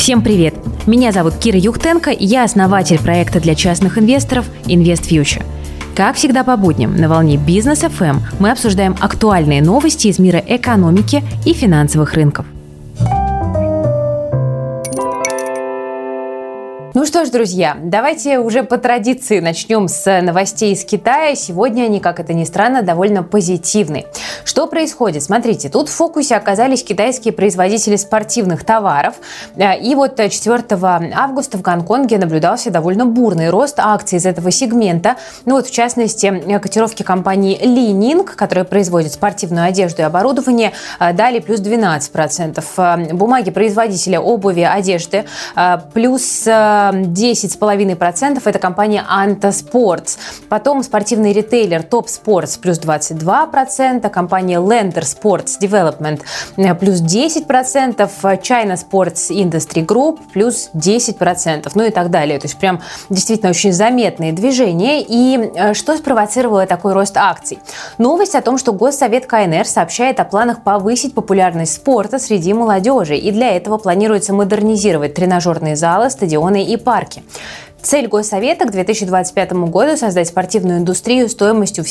Всем привет! Меня зовут Кира Юхтенко, и я основатель проекта для частных инвесторов Invest Future. Как всегда по будням на волне Бизнес FM мы обсуждаем актуальные новости из мира экономики и финансовых рынков. Ну что ж, друзья, давайте уже по традиции начнем с новостей из Китая. Сегодня они, как это ни странно, довольно позитивны. Что происходит? Смотрите, тут в фокусе оказались китайские производители спортивных товаров. И вот 4 августа в Гонконге наблюдался довольно бурный рост акций из этого сегмента. Ну вот, в частности, котировки компании Li Ning, которая производит спортивную одежду и оборудование, дали плюс 12%. Бумаги производителя обуви, одежды плюс 10,5%. Это компания Anta Sports. Потом спортивный ритейлер Top Sports плюс 22%. Компания Lander Sports Development плюс 10%. China Sports Industry Group плюс 10%. Ну и так далее. То есть прям действительно очень заметные движения. И что спровоцировало такой рост акций? Новость о том, что Госсовет КНР сообщает о планах повысить популярность спорта среди молодежи. И для этого планируется модернизировать тренажерные залы, стадионы и парки. Цель Госсовета к 2025 году создать спортивную индустрию стоимостью в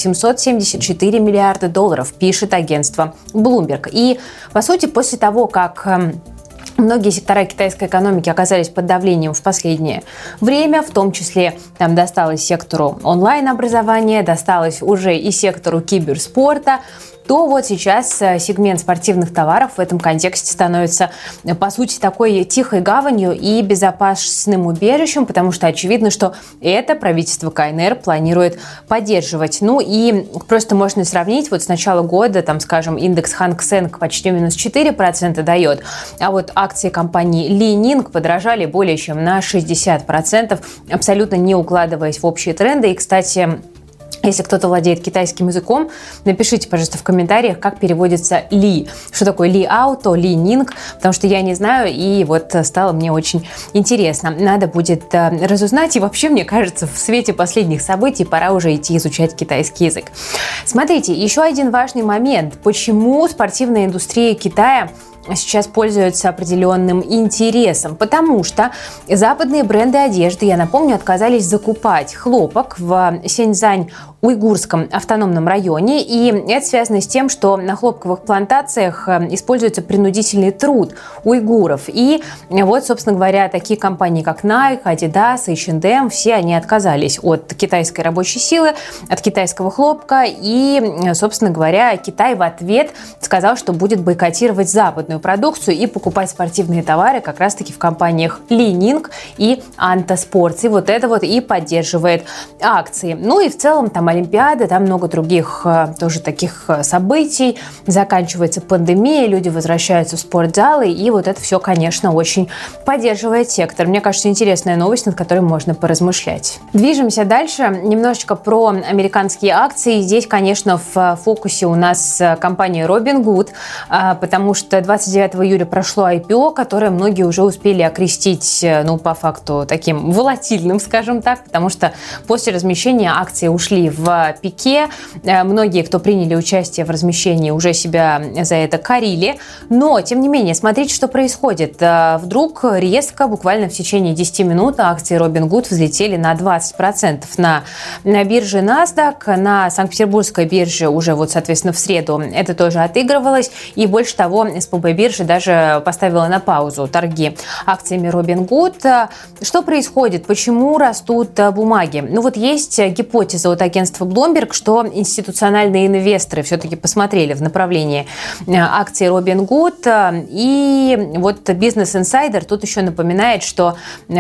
$774 миллиарда, пишет агентство Bloomberg. И, по сути, после того, как многие сектора китайской экономики оказались под давлением в последнее время, в том числе там досталось сектору онлайн-образования, досталось уже и сектору киберспорта, то вот сейчас сегмент спортивных товаров в этом контексте становится, по сути, такой тихой гаванью и безопасным убежищем, потому что очевидно, что это правительство КНР планирует поддерживать. Ну и просто можно сравнить, вот с начала года, там, скажем, индекс Hang Seng почти минус 4% дает, а вот акции компании Li Ning подорожали более чем на 60%, абсолютно не укладываясь в общие тренды. И, кстати, если кто-то владеет китайским языком, напишите, пожалуйста, в комментариях, как переводится Ли. Что такое Ли Ауто, Ли Нинг, потому что я не знаю, и вот стало мне очень интересно. Надо будет разузнать, и вообще, мне кажется, в свете последних событий пора уже идти изучать китайский язык. Смотрите, еще один важный момент. Почему спортивная индустрия Китая сейчас пользуются определенным интересом, потому что западные бренды одежды, я напомню, отказались закупать хлопок в Синьцзянь-Уйгурском автономном районе, и это связано с тем, что на хлопковых плантациях используется принудительный труд уйгуров, и вот, собственно говоря, такие компании, как Nike, Adidas, H&M, все они отказались от китайской рабочей силы, от китайского хлопка, и, собственно говоря, Китай в ответ сказал, что будет бойкотировать западную продукцию и покупать спортивные товары как раз-таки в компаниях Li Ning и Anta Sports. И вот это вот и поддерживает акции. Ну и в целом там Олимпиада, там много других тоже таких событий. Заканчивается пандемия, люди возвращаются в спортзалы, и вот это все, конечно, очень поддерживает сектор. Мне кажется, интересная новость, над которой можно поразмышлять. Движемся дальше. Немножечко про американские акции. Здесь, конечно, в фокусе у нас компания Robinhood, потому что 29 июля прошло IPO, которое многие уже успели окрестить, ну, по факту, таким волатильным, скажем так, потому что после размещения акции ушли в пике. Многие, кто приняли участие в размещении, уже себя за это корили. Но, тем не менее, смотрите, что происходит. Вдруг резко, буквально в течение 10 минут, акции Robinhood взлетели на 20%. На бирже NASDAQ, на Санкт-Петербургской бирже уже, вот, соответственно, в среду это тоже отыгрывалось. И больше того, СПБ биржа даже поставила на паузу торги акциями Robinhood. Что происходит? Почему растут бумаги? Ну вот есть гипотеза от агентства Bloomberg, что институциональные инвесторы все-таки посмотрели в направлении акций Robinhood. И вот Business Insider тут еще напоминает, что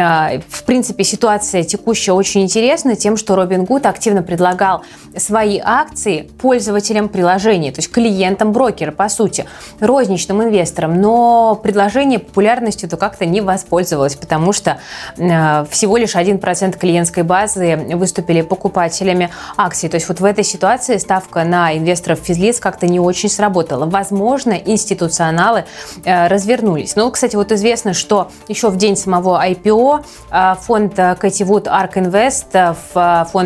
в принципе ситуация текущая очень интересна тем, что Robinhood активно предлагал свои акции пользователям приложений, то есть клиентам брокера, по сути, розничным инвесторам, но предложение популярностью-то как-то не воспользовалось, потому что всего лишь 1% клиентской базы выступили покупателями акций. То есть вот в этой ситуации ставка на инвесторов физлиц как-то не очень сработала. Возможно, институционалы развернулись. Но, кстати, вот известно, что еще в день самого IPO фонд Кэти Вуд ARK Invest, фонд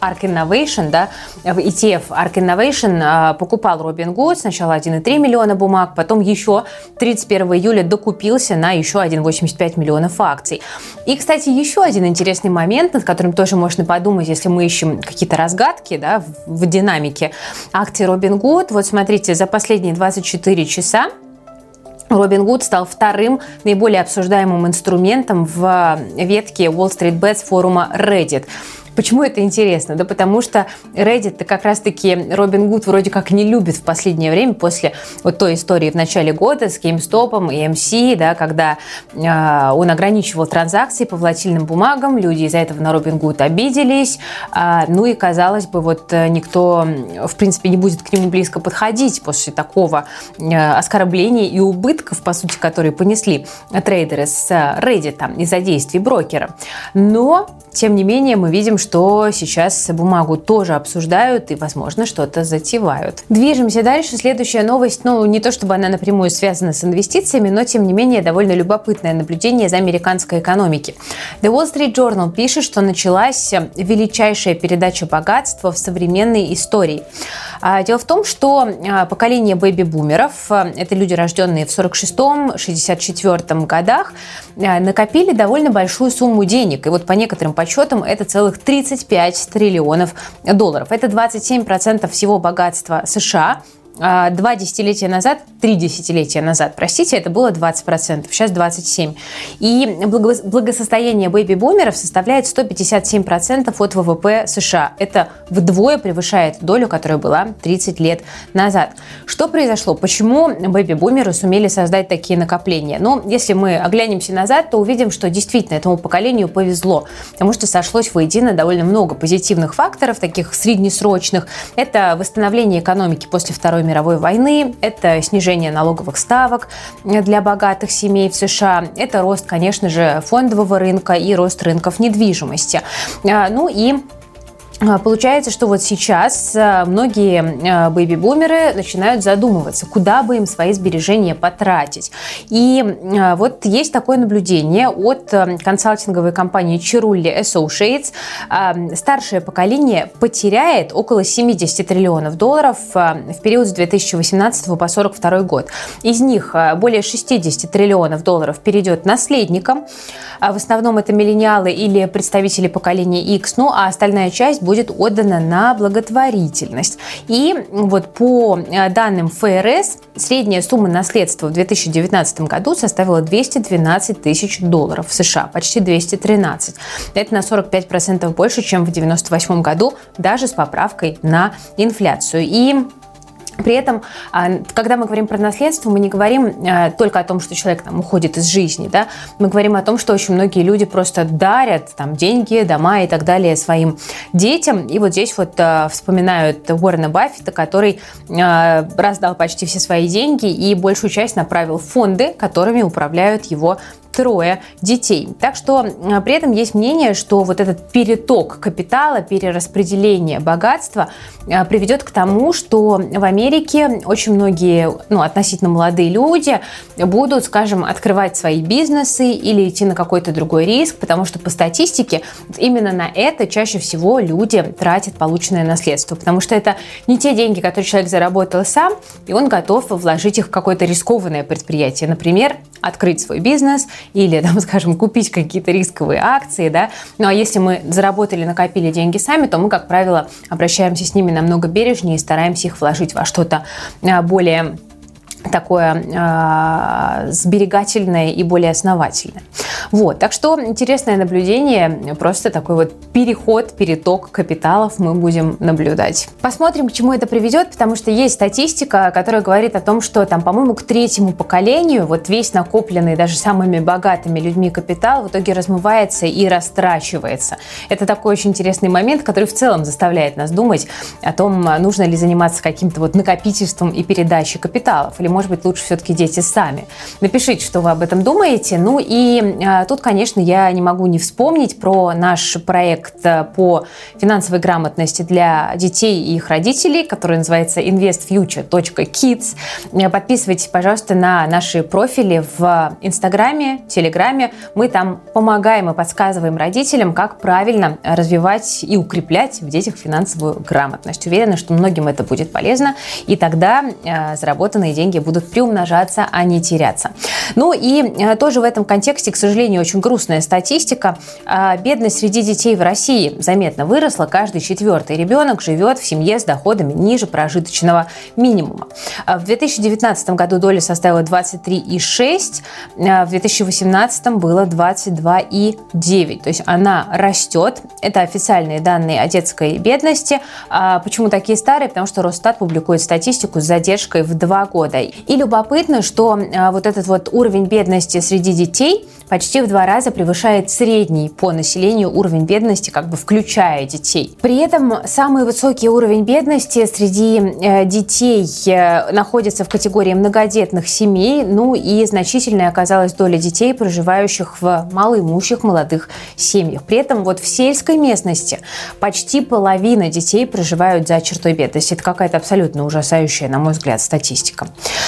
ARK Innovation, да, в ETF ARK Innovation покупал Robinhood, сначала 1,3 миллиона бумаг, потом еще 31 июля докупился на еще 1,85 миллионов акций. И, кстати, еще один интересный момент, над которым тоже можно подумать, если мы ищем какие-то разгадки, да, в динамике акций Robinhood. Вот смотрите, за последние 24 часа Robinhood стал вторым наиболее обсуждаемым инструментом в ветке Wall Street Bets форума Reddit. Почему это интересно? Да потому что Reddit как раз-таки Robinhood вроде как не любит в последнее время, после вот той истории в начале года с GameStop и AMC, да, когда он ограничивал транзакции по волатильным бумагам, люди из-за этого на Robinhood обиделись, ну и, казалось бы, вот никто, в принципе, не будет к нему близко подходить после такого оскорбления и убытков, по сути, которые понесли трейдеры с Reddit из-за действий брокера. Но, тем не менее, мы видим, что сейчас бумагу тоже обсуждают и, возможно, что-то затевают. Движемся дальше. Следующая новость, не то чтобы она напрямую связана с инвестициями, но, тем не менее, довольно любопытное наблюдение из американской экономики. The Wall Street Journal пишет, что началась величайшая передача богатства в современной истории. Дело в том, что поколение бэби-бумеров, это люди, рожденные в 46-м, 64-м годах, накопили довольно большую сумму денег. И вот по некоторым подсчетам это целых 35 триллионов долларов. Это 27% всего богатства США. 3 десятилетия назад, это было 20%, сейчас 27%. И благосостояние бэби-бумеров составляет 157% от ВВП США. Это вдвое превышает долю, которая была 30 лет назад. Что произошло? Почему бэби-бумеры сумели создать такие накопления? Если мы оглянемся назад, то увидим, что действительно этому поколению повезло, потому что сошлось воедино довольно много позитивных факторов, таких среднесрочных. Это восстановление экономики после Второй мировой войны, это снижение налоговых ставок для богатых семей в США, это рост, конечно же, фондового рынка и рост рынков недвижимости. Получается, что вот сейчас многие бэби-бумеры начинают задумываться, куда бы им свои сбережения потратить. И вот есть такое наблюдение от консалтинговой компании Cerulli Associates. Старшее поколение потеряет около 70 триллионов долларов в период с 2018 по 2042 год. Из них более 60 триллионов долларов перейдет наследникам. В основном это миллениалы или представители поколения X, а остальная часть будет отдана на благотворительность. И вот по данным ФРС, средняя сумма наследства в 2019 году составила 212 тысяч долларов в США, почти 213. Это на 45% больше, чем в 1998 году, даже с поправкой на инфляцию. И при этом, когда мы говорим про наследство, мы не говорим только о том, что человек уходит из жизни, да? Мы говорим о том, что очень многие люди просто дарят деньги, дома и так далее своим детям. И вот здесь вот вспоминают Уоррена Баффета, который раздал почти все свои деньги и большую часть направил в фонды, которыми управляют его 3 детей. Так что при этом есть мнение, что вот этот переток капитала, перераспределение богатства приведет к тому, что в Америке очень многие, относительно молодые люди будут, скажем, открывать свои бизнесы или идти на какой-то другой риск, потому что по статистике именно на это чаще всего люди тратят полученное наследство, потому что это не те деньги, которые человек заработал сам, и он готов вложить их в какое-то рискованное предприятие, например, открыть свой бизнес или, скажем, купить какие-то рисковые акции, да. Ну, а если мы заработали, накопили деньги сами, то мы, как правило, обращаемся с ними намного бережнее и стараемся их вложить во что-то более такое сберегательное и более основательное. Вот, так что интересное наблюдение, просто такой вот переток капиталов мы будем наблюдать. Посмотрим, к чему это приведет, потому что есть статистика, которая говорит о том, что по-моему, к 3-му поколению вот весь накопленный даже самыми богатыми людьми капитал в итоге размывается и растрачивается. Это такой очень интересный момент, который в целом заставляет нас думать о том, нужно ли заниматься каким-то вот накопительством и передачей капиталов, или может быть, лучше все-таки дети сами? Напишите, что вы об этом думаете. Ну и тут, конечно, я не могу не вспомнить про наш проект по финансовой грамотности для детей и их родителей, который называется investfuture.kids. Подписывайтесь, пожалуйста, на наши профили в Инстаграме, Телеграме. Мы там помогаем и подсказываем родителям, как правильно развивать и укреплять в детях финансовую грамотность. Уверена, что многим это будет полезно, и тогда заработанные деньги будут приумножаться, а не теряться. Ну и тоже в этом контексте, к сожалению, очень грустная статистика. Бедность среди детей в России заметно выросла. Каждый 4-й ребенок живет в семье с доходами ниже прожиточного минимума. В 2019 году доля составила 23,6%, в 2018 было 22,9%. То есть она растет. Это официальные данные о детской бедности. Почему такие старые? Потому что Росстат публикует статистику с задержкой в 2 года. И любопытно, что вот этот вот уровень бедности среди детей почти в 2 раза превышает средний по населению уровень бедности, как бы включая детей. При этом самый высокий уровень бедности среди детей находится в категории многодетных семей, ну и значительная оказалась доля детей, проживающих в малоимущих молодых семьях. При этом вот в сельской местности почти половина детей проживают за чертой бедности. Это какая-то абсолютно ужасающая, на мой взгляд, статистика.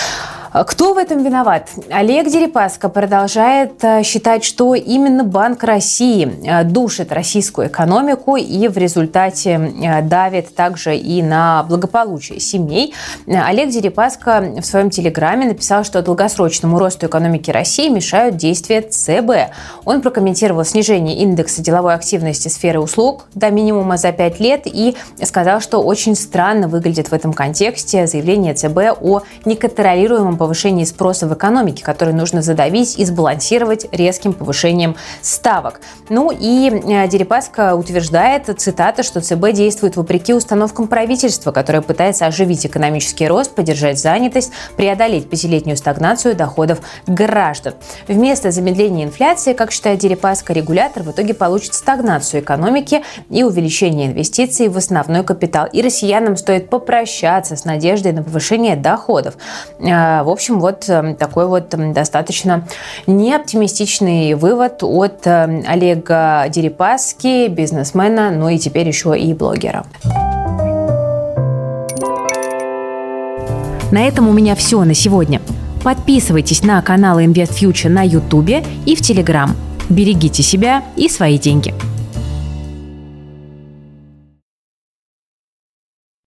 Кто в этом виноват? Олег Дерипаска продолжает считать, что именно Банк России душит российскую экономику и в результате давит также и на благополучие семей. Олег Дерипаска в своем телеграме написал, что долгосрочному росту экономики России мешают действия ЦБ. Он прокомментировал снижение индекса деловой активности сферы услуг до минимума за 5 лет и сказал, что очень странно выглядит в этом контексте заявление ЦБ о неконтролируемом повышении спроса в экономике, который нужно задавить и сбалансировать резким повышением ставок. Ну и Дерипаска утверждает, цитата, что ЦБ действует вопреки установкам правительства, которое пытается оживить экономический рост, поддержать занятость, преодолеть 5-летнюю стагнацию доходов граждан. Вместо замедления инфляции, как считает Дерипаска, регулятор в итоге получит стагнацию экономики и увеличение инвестиций в основной капитал. И россиянам стоит попрощаться с надеждой на повышение доходов. В общем, вот такой вот достаточно неоптимистичный вывод от Олега Дерипаски, бизнесмена, ну и теперь еще и блогера. На этом у меня все на сегодня. Подписывайтесь на канал InvestFuture на YouTube и в Telegram. Берегите себя и свои деньги.